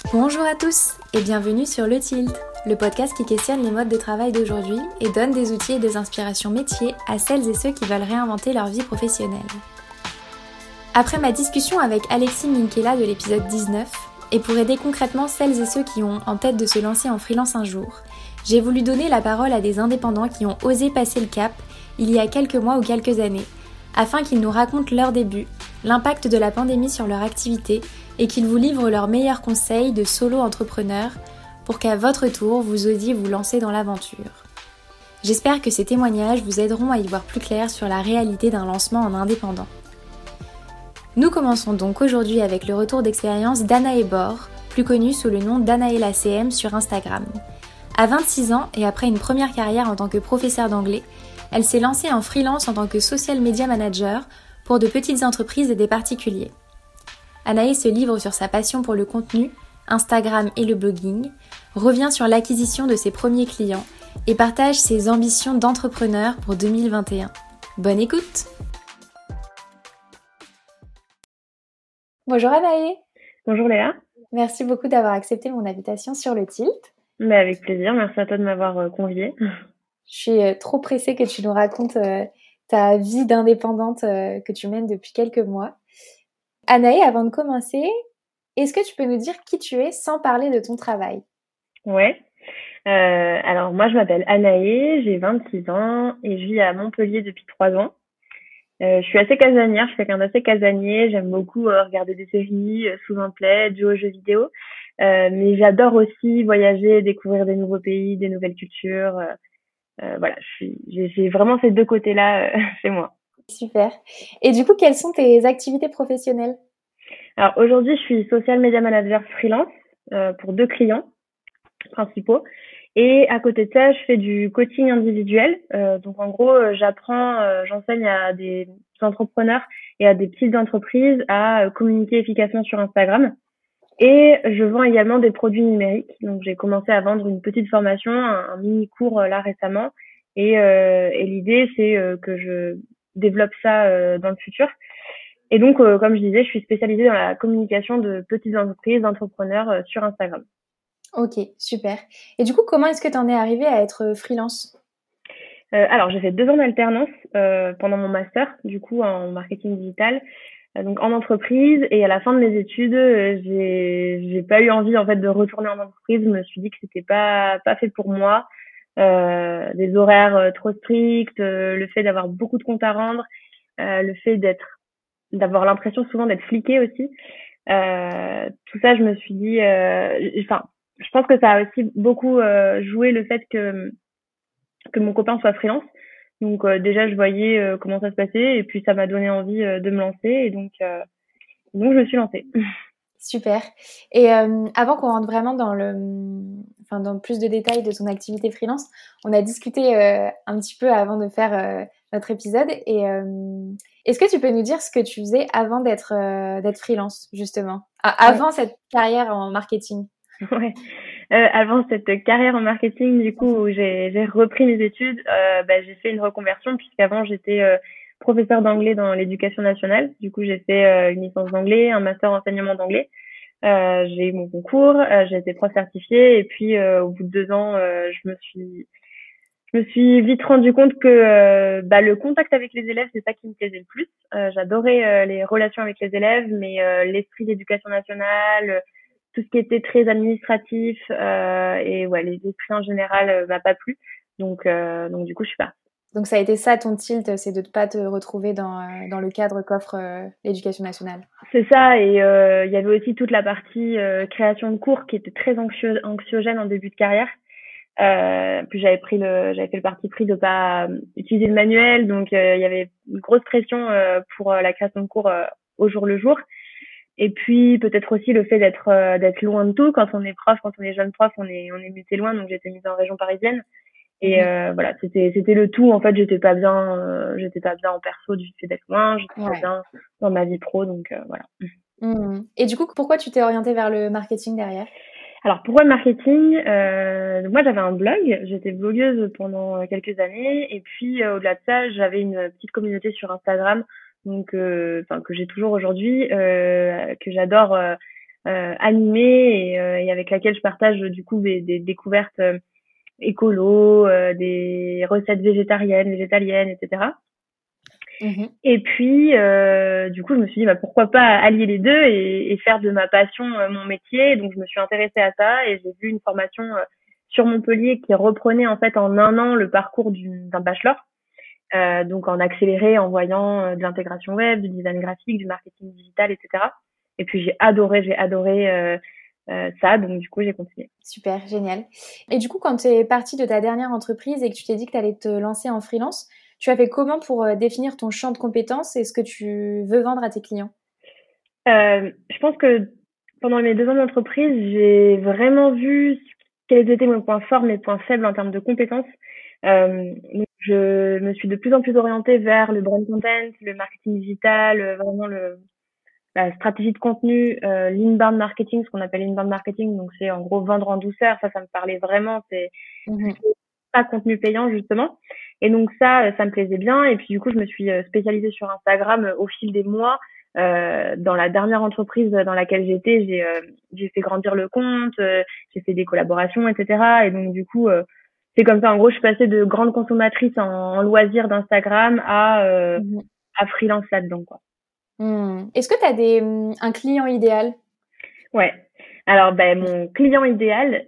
Bonjour à tous et bienvenue sur Le Tilt, le podcast qui questionne les modes de travail d'aujourd'hui et donne des outils et des inspirations métiers à celles et ceux qui veulent réinventer leur vie professionnelle. Après ma discussion avec Alexis Minkela de l'épisode 19, et pour aider concrètement celles et ceux qui ont en tête de se lancer en freelance un jour, j'ai voulu donner la parole à des indépendants qui ont osé passer le cap il y a quelques mois ou quelques années, afin qu'ils nous racontent leur début, l'impact de la pandémie sur leur activité et qu'ils vous livrent leurs meilleurs conseils de solo-entrepreneurs pour qu'à votre tour, vous osiez vous lancer dans l'aventure. J'espère que ces témoignages vous aideront à y voir plus clair sur la réalité d'un lancement en indépendant. Nous commençons donc aujourd'hui avec le retour d'expérience d'Anaë Bor, plus connue sous le nom d'Anaëlla CM sur Instagram. À 26 ans et après une première carrière en tant que professeure d'anglais, elle s'est lancée en freelance en tant que social media manager pour de petites entreprises et des particuliers. Anaë se livre sur sa passion pour le contenu, Instagram et le blogging, revient sur l'acquisition de ses premiers clients et partage ses ambitions d'entrepreneur pour 2021. Bonne écoute! Bonjour Anaë! Bonjour Léa. Merci beaucoup d'avoir accepté mon invitation sur le Tilt. Mais avec plaisir, merci à toi de m'avoir conviée. Je suis trop pressée que tu nous racontes ta vie d'indépendante que tu mènes depuis quelques mois. Anaë, avant de commencer, est-ce que tu peux nous dire qui tu es sans parler de ton travail? Ouais. Alors moi je m'appelle Anaë, j'ai 26 ans et je vis à Montpellier depuis 3 ans. Je suis assez casanière, je suis quelqu'un d'assez casanier, j'aime beaucoup regarder des séries sous un plaid, jouer aux jeux vidéo. Mais j'adore aussi voyager, découvrir des nouveaux pays, des nouvelles cultures. Voilà, j'ai vraiment ces deux côtés-là chez moi. Super. Et du coup, quelles sont tes activités professionnelles? Alors aujourd'hui, je suis social media manager freelance pour 2 clients principaux. Et à côté de ça, je fais du coaching individuel. Donc en gros, j'enseigne à des entrepreneurs et à des petites entreprises à communiquer efficacement sur Instagram. Et je vends également des produits numériques. Donc j'ai commencé à vendre une petite formation, un mini cours là récemment. Et l'idée, c'est que je développe ça dans le futur. Et donc, comme je disais, je suis spécialisée dans la communication de petites entreprises, d'entrepreneurs sur Instagram. Ok, super. Et du coup, comment est-ce que tu en es arrivée à être freelance? Alors, j'ai fait 2 ans d'alternance pendant mon master, du coup, en marketing digital, donc en entreprise. Et à la fin de mes études, j'ai pas eu envie en fait de retourner en entreprise. Je me suis dit que c'était pas fait pour moi. Des horaires trop stricts, le fait d'avoir beaucoup de comptes à rendre, le fait d'avoir l'impression souvent d'être fliquée aussi. Tout ça, je me suis dit, enfin, je pense que ça a aussi beaucoup joué le fait que mon copain soit freelance. Donc déjà, je voyais comment ça se passait et puis ça m'a donné envie de me lancer et donc je me suis lancée. Super. Et avant qu'on rentre vraiment dans plus de détails de ton activité freelance, on a discuté un petit peu avant de faire notre épisode. Et est-ce que tu peux nous dire ce que tu faisais avant d'être freelance, justement, avant cette carrière en marketing? Ouais. Avant cette carrière en marketing, du coup, où j'ai repris mes études, j'ai fait une reconversion puisqu'avant j'étais professeure d'anglais dans l'éducation nationale. Du coup, j'ai fait une licence d'anglais, un master en enseignement d'anglais. J'ai eu mon concours, j'ai été prof certifiée et puis au bout de 2 ans, je me suis vite rendu compte que le contact avec les élèves, c'est ça qui me plaisait le plus. J'adorais les relations avec les élèves, mais l'esprit d'éducation nationale, tout ce qui était très administratif et ouais, les esprits en général m'a pas plu. Donc du coup, je suis partie. Donc ça a été ça ton tilt, c'est de ne pas te retrouver dans le cadre qu'offre l'éducation nationale. C'est ça, et il y avait aussi toute la partie création de cours qui était très anxiogène en début de carrière. Puis j'avais fait le parti pris de pas utiliser le manuel, donc il y avait une grosse pression pour la création de cours au jour le jour. Et puis peut-être aussi le fait d'être loin de tout. Quand on est prof, quand on est jeune prof, on est muté loin, donc j'étais mise en région parisienne. Et voilà, c'était le tout. En fait, j'étais pas bien en perso du fait d'être loin, j'étais pas bien dans ma vie pro, donc voilà. Et du coup, pourquoi tu t'es orientée vers le marketing derrière? Alors pourquoi le marketing? Moi j'avais un blog, j'étais blogueuse pendant quelques années, et puis au-delà de ça, j'avais une petite communauté sur Instagram, donc que j'ai toujours aujourd'hui, que j'adore animée et avec laquelle je partage du coup des découvertes écolo, des recettes végétaliennes, etc. Mhm. Et puis, du coup, je me suis dit, bah, pourquoi pas allier les deux et faire de ma passion mon métier. Donc, je me suis intéressée à ça et j'ai vu une formation sur Montpellier qui reprenait en fait en un an le parcours d'un bachelor. Donc, en accéléré, en voyant de l'intégration web, du design graphique, du marketing digital, etc. Et puis, j'ai adoré ça. Donc, du coup, j'ai continué. Super, génial. Et du coup, quand tu es partie de ta dernière entreprise et que tu t'es dit que tu allais te lancer en freelance, tu as fait comment pour définir ton champ de compétences et ce que tu veux vendre à tes clients? Je pense que pendant mes 2 ans d'entreprise, j'ai vraiment vu quels étaient mes points forts, mes points faibles en termes de compétences. Donc je me suis de plus en plus orientée vers le brand content, le marketing digital, vraiment la stratégie de contenu, l'inbound marketing, ce qu'on appelle l'inbound marketing. Donc c'est en gros vendre en douceur. Ça me parlait vraiment. C'est Mhm. pas contenu payant justement. Et donc ça me plaisait bien. Et puis du coup, je me suis spécialisée sur Instagram au fil des mois. Dans la dernière entreprise dans laquelle j'étais, j'ai fait grandir le compte, j'ai fait des collaborations, etc. Et donc du coup, c'est comme ça. En gros, je suis passée de grande consommatrice en loisirs d'Instagram Mhm. à freelance là-dedans, quoi. Est-ce que tu as un client idéal? Ouais. Alors, ben, mon client idéal,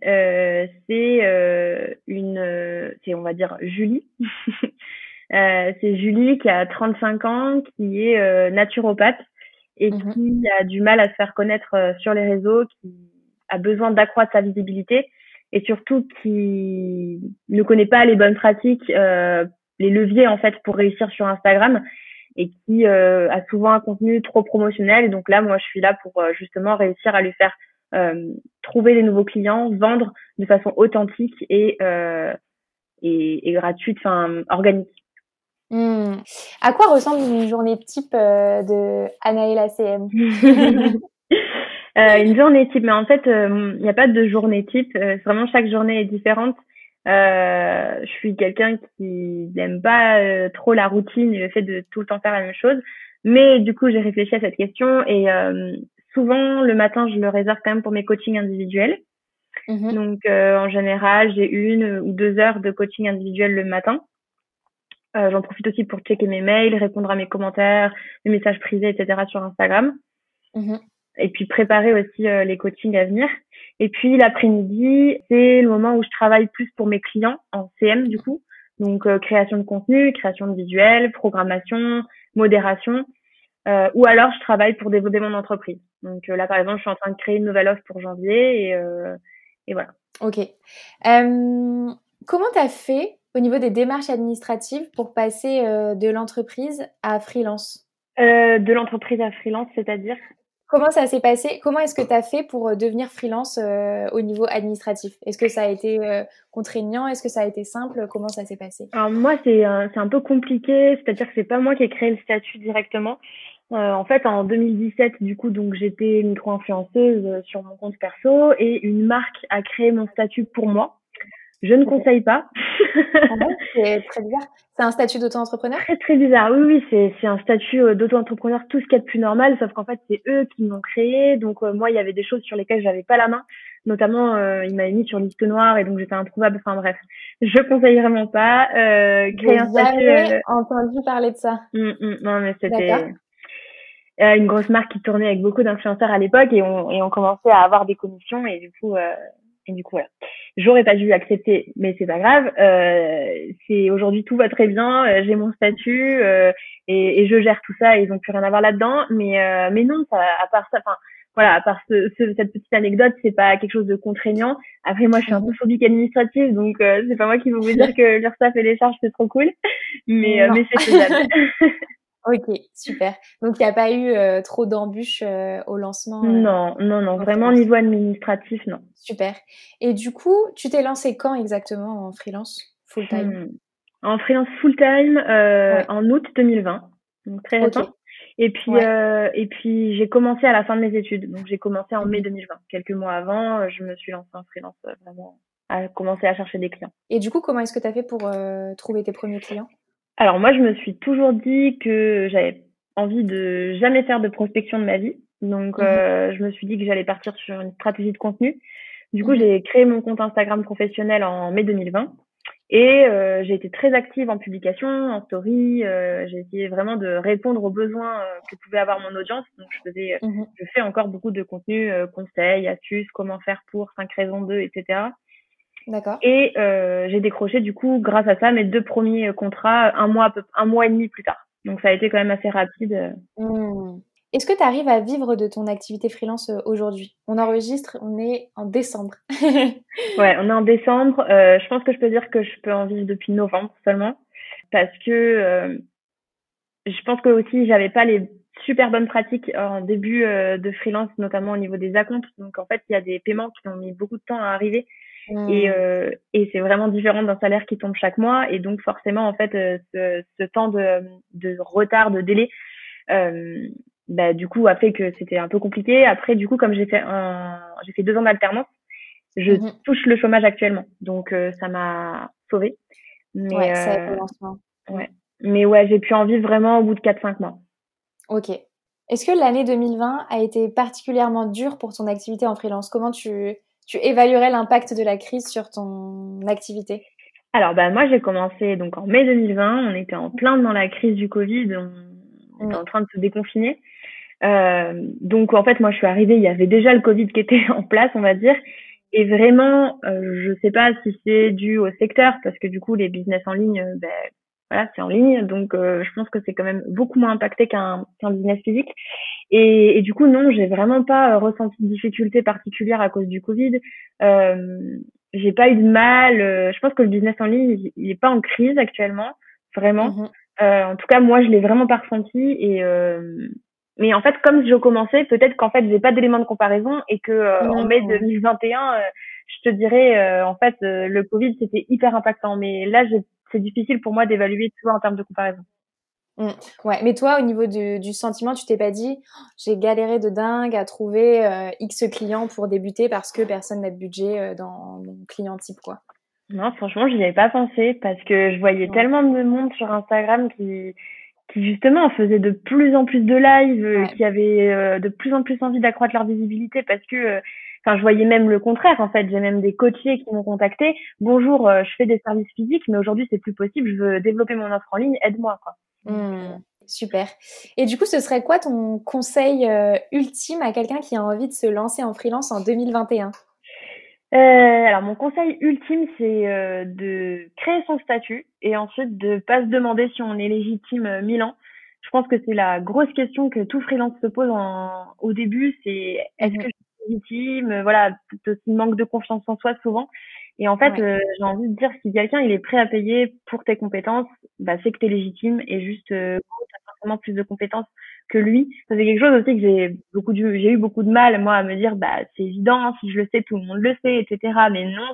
c'est on va dire Julie. C'est Julie qui a 35 ans, qui est naturopathe et Mhm. qui a du mal à se faire connaître sur les réseaux, qui a besoin d'accroître sa visibilité et surtout qui ne connaît pas les bonnes pratiques, les leviers en fait pour réussir sur Instagram et qui a souvent un contenu trop promotionnel. Et donc là, moi, je suis là pour justement réussir à lui faire trouver des nouveaux clients, vendre de façon authentique et gratuite, enfin organique. Hmm. À quoi ressemble une journée type de Anaël ACM? Une journée type, mais en fait, il n'y a pas de journée type. Vraiment, chaque journée est différente. Je suis quelqu'un qui n'aime pas trop la routine et le fait de tout le temps faire la même chose. Mais du coup, j'ai réfléchi à cette question et souvent, le matin, je le réserve quand même pour mes coachings individuels. Mhm. Donc, en général, j'ai 1 ou 2 heures de coaching individuel le matin. J'en profite aussi pour checker mes mails, répondre à mes commentaires, mes messages privés, etc. sur Instagram. Mhm. Et puis préparer aussi les coachings à venir. Et puis l'après-midi, c'est le moment où je travaille plus pour mes clients en CM du coup. Donc création de contenu, création de visuels, programmation, modération. Ou alors je travaille pour développer mon entreprise. Donc là par exemple, je suis en train de créer une nouvelle offre pour janvier et voilà. Ok. Comment tu as fait au niveau des démarches administratives pour passer de l'entreprise à freelance? De l'entreprise à freelance, c'est-à-dire Comment ça s'est passé? Comment est-ce que tu as fait pour devenir freelance au niveau administratif? Est-ce que ça a été contraignant? Est-ce que ça a été simple? Comment ça s'est passé? alors moi c'est un peu compliqué, c'est-à-dire que c'est pas moi qui ai créé le statut directement. En fait, en 2017, du coup, donc j'étais micro-influenceuse sur mon compte perso et une marque a créé mon statut pour moi. Je ne Ok. conseille pas. Ah ouais, c'est très bizarre. C'est un statut d'auto-entrepreneur? Très très bizarre. Oui, oui, c'est un statut d'auto-entrepreneur, tout ce qu'il y a de plus normal, sauf qu'en fait, c'est eux qui l'ont créé. Donc moi, il y avait des choses sur lesquelles j'avais pas la main. Notamment, ils m'avaient mis sur liste noire et donc j'étais introuvable. Enfin bref, je conseille vraiment pas. Créer un J'ai statut. jamais entendu parler de ça. Non, mais D'accord. c'était une grosse marque qui tournait avec beaucoup d'influenceurs à l'époque et on commençait à avoir des commissions et du coup voilà. J'aurais pas dû accepter, mais c'est pas grave. C'est aujourd'hui tout va très bien. J'ai mon statut et je gère tout ça. Et ils ont plus rien à voir là-dedans. Mais non, ça, à part ça, enfin voilà, à part cette petite anecdote, c'est pas quelque chose de contraignant. Après moi, je suis un peu Mhm. phobique administrative, donc c'est pas moi qui vais vous dire que l'URSSAF et les charges c'est trop cool, mais Non. c'est faisable. Ok, super. Donc, il n'y a pas eu trop d'embûches au lancement Non, non, non, en vraiment freelance. niveau administratif, non. Super. Et du coup, tu t'es lancé quand exactement en freelance full-time? Hmm. En freelance full-time Ouais. en août 2020, donc très Ok. récent. Ouais. Et puis j'ai commencé à la fin de mes études, donc j'ai commencé en mai Mhm. 2020. Quelques mois avant, je me suis lancée en freelance vraiment à commencer à chercher des clients. Et du coup, comment est-ce que tu as fait pour trouver tes premiers clients? Alors moi, je me suis toujours dit que j'avais envie de jamais faire de prospection de ma vie. Donc, Mhm. je me suis dit que j'allais partir sur une stratégie de contenu. Du coup, Mhm. j'ai créé mon compte Instagram professionnel en mai 2020 et j'ai été très active en publication, en story. J'ai essayé vraiment de répondre aux besoins que pouvait avoir mon audience. Donc, Mhm. je fais encore beaucoup de contenu, conseils, astuces, comment faire pour, 5 raisons de, etc. D'accord. Et j'ai décroché du coup, grâce à ça, mes 2 premiers contrats un mois et demi plus tard. Donc, ça a été quand même assez rapide. Hmm. Est-ce que tu arrives à vivre de ton activité freelance aujourd'hui? On enregistre, on est en décembre. Ouais, on est en décembre. Je pense que je peux dire que je peux en vivre depuis novembre seulement, parce que je pense que aussi j'avais pas les super bonnes pratiques en début de freelance, notamment au niveau des acomptes. Donc en fait, il y a des paiements qui ont mis beaucoup de temps à arriver Hmm. et c'est vraiment différent d'un salaire qui tombe chaque mois. Et donc forcément, en fait, ce temps de retard, de délai, euh, bah, du coup, a fait que c'était un peu compliqué. Après, du coup, comme j'ai fait 2 ans d'alternance, je Mhm. touche le chômage actuellement. Donc ça m'a sauvée. Mais Ouais, ça aide au lancement. Hmm. ouais. Mais ouais, j'ai pu en vivre vraiment au bout de 4 5 mois. Ok. Est-ce que l'année 2020 a été particulièrement dure pour ton activité en freelance? Comment tu évaluerais l'impact de la crise sur ton activité? Alors bah moi j'ai commencé donc en mai 2020, on était en plein dans la crise du Covid, on était Mm. en train de se déconfiner. Donc en fait moi je suis arrivée, il y avait déjà le Covid qui était en place, on va dire. Et vraiment, je sais pas si c'est dû au secteur parce que du coup les business en ligne, ben voilà, c'est en ligne, donc je pense que c'est quand même beaucoup moins impacté qu'un business physique. Et du coup, non, j'ai vraiment pas ressenti de difficultés particulières à cause du Covid. Euh, j'ai pas eu de mal. Je pense que le business en ligne, il est pas en crise actuellement, vraiment. Mhm. En tout cas, moi, je l'ai vraiment pas ressenti. Mais en fait, comme je commençais, peut-être qu'en fait, j'ai pas d'éléments de comparaison et que en mai Mm. 2021, je te dirais, en fait, le Covid, c'était hyper impactant. Mais là, c'est difficile pour moi d'évaluer, tu vois, en termes de comparaison. Mm. Ouais, mais toi, au niveau du sentiment, tu t'es pas dit, oh, j'ai galéré de dingue à trouver X clients pour débuter parce que personne n'a de budget dans mon client type, quoi. Non, franchement, je n'y avais pas pensé parce que je voyais Ouais. tellement de monde sur Instagram qui justement faisait de plus en plus de lives, Ouais. qui avaient de plus en plus envie d'accroître leur visibilité parce que, enfin, je voyais même le contraire en fait. J'ai même des coachés qui m'ont contacté. Bonjour, je fais des services physiques, mais aujourd'hui c'est plus possible. Je veux développer mon offre en ligne, aide-moi quoi. Donc, Mm. Super. Et du coup, ce serait quoi ton conseil ultime à quelqu'un qui a envie de se lancer en freelance en 2021? alors mon conseil ultime, c'est de créer son statut et ensuite de pas se demander si on est légitime 1000 ans. Je pense que c'est la grosse question que tout freelance se pose au début, c'est est-ce que Mhm. je suis légitime? Voilà, c'est aussi manque de confiance en soi souvent. Et en fait, Ouais. j'ai envie de dire si quelqu'un il est prêt à payer pour tes compétences, bah c'est que tu es légitime et juste forcément plus de compétences que lui. Ça, c'est quelque chose aussi que j'ai eu beaucoup de mal, moi, à me dire, bah, c'est évident, si je le sais, tout le monde le sait, etc. Mais non,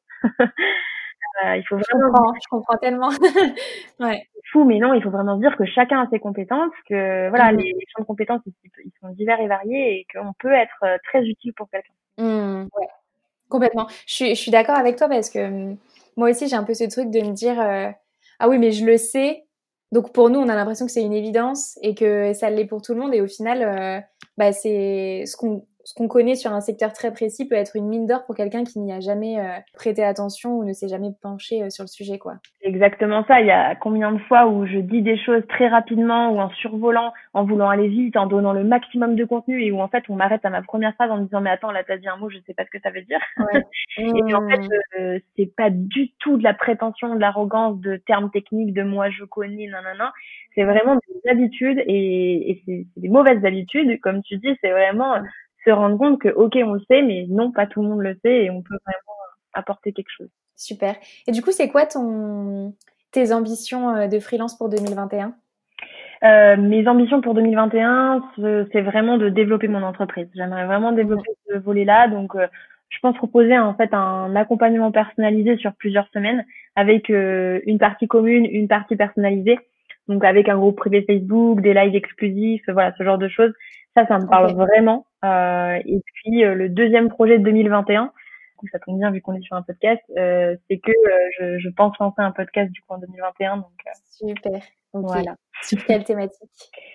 il faut vraiment se dire, Je comprends tellement. Ouais. c'est fou, mais non, il faut vraiment se dire que chacun a ses compétences, que voilà, Mhm. les champs de compétences, ils sont divers et variés et qu'on peut être très utile pour quelqu'un. Mm. Ouais, complètement. Je suis d'accord avec toi parce que moi aussi, j'ai un peu ce truc de me dire ah oui, mais je le sais. Donc pour nous, on a l'impression que c'est une évidence et que ça l'est pour tout le monde. Et au final, bah, c'est ce qu'on connaît sur un secteur très précis peut être une mine d'or pour quelqu'un qui n'y a jamais prêté attention ou ne s'est jamais penché sur le sujet, quoi. C'est exactement ça. Il y a combien de fois où je dis des choses très rapidement ou en survolant, en voulant aller vite, en donnant le maximum de contenu et où en fait on m'arrête à ma première phrase en me disant mais attends là t'as dit un mot je sais pas ce que ça veut dire. Ouais. Et en Mmh. fait, c'est pas du tout de la prétention, de l'arrogance, de termes techniques, de moi je connais, nanana. C'est vraiment des habitudes et c'est des mauvaises habitudes. Comme tu dis, c'est vraiment se rendre compte que, ok, on le sait, mais non, pas tout le monde le sait et on peut vraiment apporter quelque chose. Super. Et du coup, c'est quoi tes ambitions de freelance pour 2021? Mes ambitions pour 2021, c'est vraiment de développer mon entreprise. J'aimerais vraiment Mhm. développer ce volet-là. Donc, je pense proposer en fait un accompagnement personnalisé sur plusieurs semaines avec une partie commune, une partie personnalisée. Donc, avec un groupe privé Facebook, des lives exclusifs, voilà, ce genre de choses. Ça me parle Ok. vraiment. Et puis, le deuxième projet de 2021, ça tombe bien vu qu'on est sur un podcast, c'est que je pense lancer un podcast du coup en 2021. Donc, Super. Ok. voilà. Sur quelle thématique?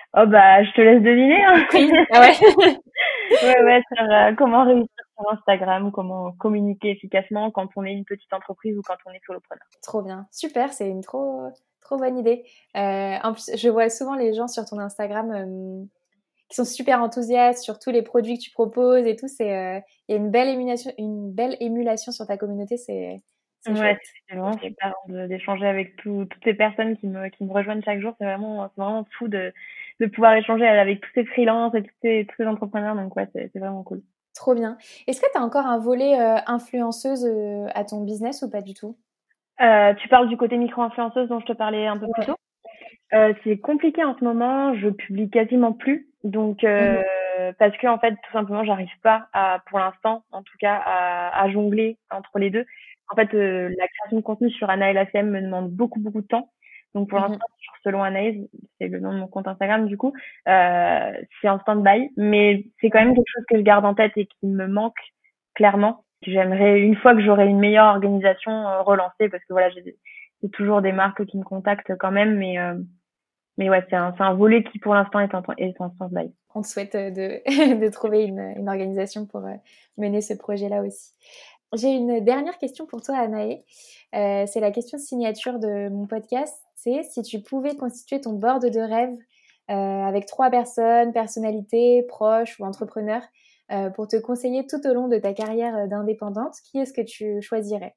Oh bah, je te laisse deviner, hein. Oui, ah ouais. Ouais, sur comment réussir sur Instagram, comment communiquer efficacement quand on est une petite entreprise ou quand on est solopreneur. Trop bien, super, c'est une trop bonne idée. En plus, je vois souvent les gens sur ton Instagram qui sont super enthousiastes sur tous les produits que tu proposes et tout. Il y a une belle émulation sur ta communauté, c'est Ouais, chouette. c'est vraiment super d'échanger avec toutes ces personnes qui me rejoignent chaque jour. C'est vraiment fou de pouvoir échanger avec tous ces freelances et tous ces entrepreneurs. Donc ouais, c'est vraiment cool. Trop bien. Est-ce que tu as encore un volet influenceuse à ton business ou pas du tout? Tu parles du côté micro-influenceuse dont je te parlais un peu plus Ouais. tôt. C'est compliqué en ce moment, je publie quasiment plus. Donc Mhm. parce que en fait, tout simplement, j'arrive pas à, pour l'instant, en tout cas, à jongler entre les deux. En fait, la création de contenu sur Anaël ACM me demande beaucoup de temps. Donc pour Mhm. l'instant, sur Selon Anaïs, c'est le nom de mon compte Instagram du coup, c'est en stand-by, mais c'est quand même quelque chose que je garde en tête et qui me manque clairement. J'aimerais, une fois que j'aurai une meilleure organisation, relancer parce que voilà, j'ai toujours des marques qui me contactent quand même, mais ouais, c'est un volet qui pour l'instant est en stand-by. On te souhaite de trouver une organisation pour mener ce projet-là aussi. J'ai une dernière question pour toi, Anaë. C'est la question signature de mon podcast. C'est si tu pouvais constituer ton board de rêve avec 3 personnes, personnalités, proches ou entrepreneurs, pour te conseiller tout au long de ta carrière d'indépendante, qui est-ce que tu choisirais?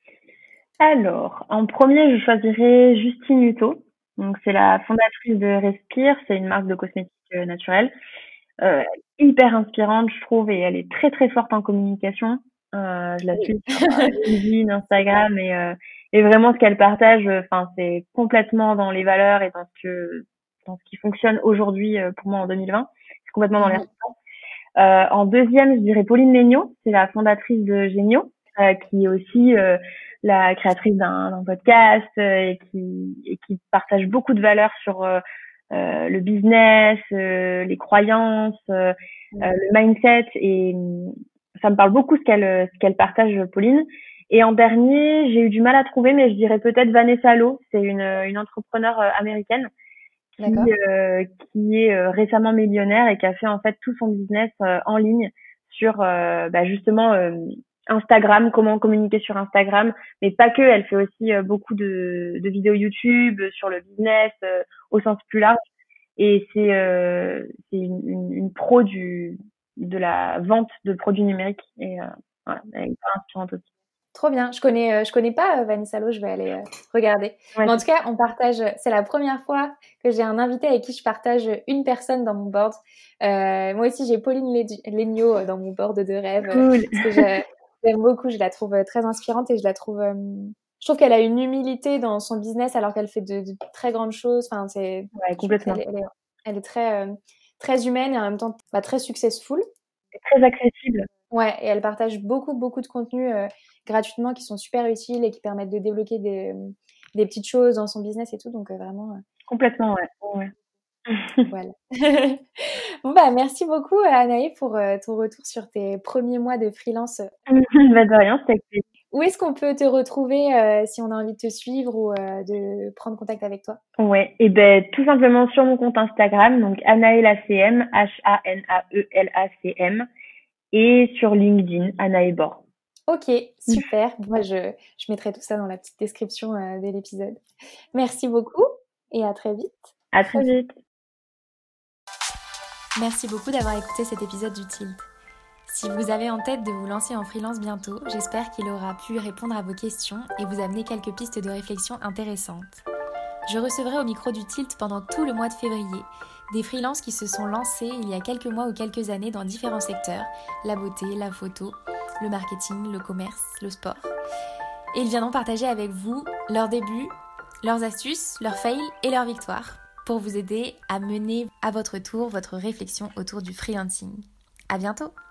Alors, en premier, je choisirais Justine Hutto. Donc, c'est la fondatrice de Respire. C'est une marque de cosmétiques naturels. Euh, hyper inspirante, je trouve, et elle est très forte en communication. Je la Oui. suis sur LinkedIn, Instagram, et vraiment ce qu'elle partage, enfin, c'est complètement dans les valeurs et dans ce qui fonctionne aujourd'hui pour moi en 2020. C'est complètement dans les. Mhm. En deuxième, je dirais Pauline Léniaud, c'est la fondatrice de Géniaux, qui est aussi la créatrice d'un podcast et qui partage beaucoup de valeurs sur le business, les croyances, le mindset et ça me parle beaucoup ce qu'elle partage, Pauline. Et en dernier, j'ai eu du mal à trouver, mais je dirais peut-être Vanessa Lowe, c'est une entrepreneure américaine D'accord. qui est récemment millionnaire et qui a fait en fait tout son business en ligne sur justement Instagram, comment communiquer sur Instagram, mais pas que, elle fait aussi beaucoup de vidéos YouTube sur le business au sens plus large et c'est une pro de la vente de produits numériques et voilà, elle est hyper inspirante aussi. Trop bien. Je connais pas Vanessa Lowe, je vais aller regarder. Ouais, Mais en tout cas, on partage. C'est la première fois que j'ai un invité avec qui je partage une personne dans mon board. Moi aussi, j'ai Pauline Léniaud dans mon board de rêve cool. parce que j'aime beaucoup. Je la trouve très inspirante et je trouve qu'elle a une humilité dans son business alors qu'elle fait de très grandes choses. Enfin, Ouais, je trouve complètement. elle est très humaine et en même temps très successful. C'est très accessible. Ouais, et elle partage beaucoup de contenus gratuitement qui sont super utiles et qui permettent de débloquer des petites choses dans son business et tout. Donc vraiment, Complètement, ouais. Ouais. voilà. Bon bah merci beaucoup Anaï pour ton retour sur tes premiers mois de freelance. Bah, de rien, c'était avec plaisir. Où est-ce qu'on peut te retrouver si on a envie de te suivre ou de prendre contact avec toi? Ouais, et ben tout simplement sur mon compte Instagram, donc AnaëlACM, HANAELACM, et sur LinkedIn, Anaëbor. Ok, super. Moi, je mettrai tout ça dans la petite description de l'épisode. Merci beaucoup et à très vite. À très vite. Merci beaucoup d'avoir écouté cet épisode du Tilt. Si vous avez en tête de vous lancer en freelance bientôt, j'espère qu'il aura pu répondre à vos questions et vous amener quelques pistes de réflexion intéressantes. Je recevrai au micro du Tilt pendant tout le mois de février des freelances qui se sont lancés il y a quelques mois ou quelques années dans différents secteurs, la beauté, la photo, le marketing, le commerce, le sport. Et ils viendront partager avec vous leurs débuts, leurs astuces, leurs fails et leurs victoires pour vous aider à mener à votre tour votre réflexion autour du freelancing. À bientôt!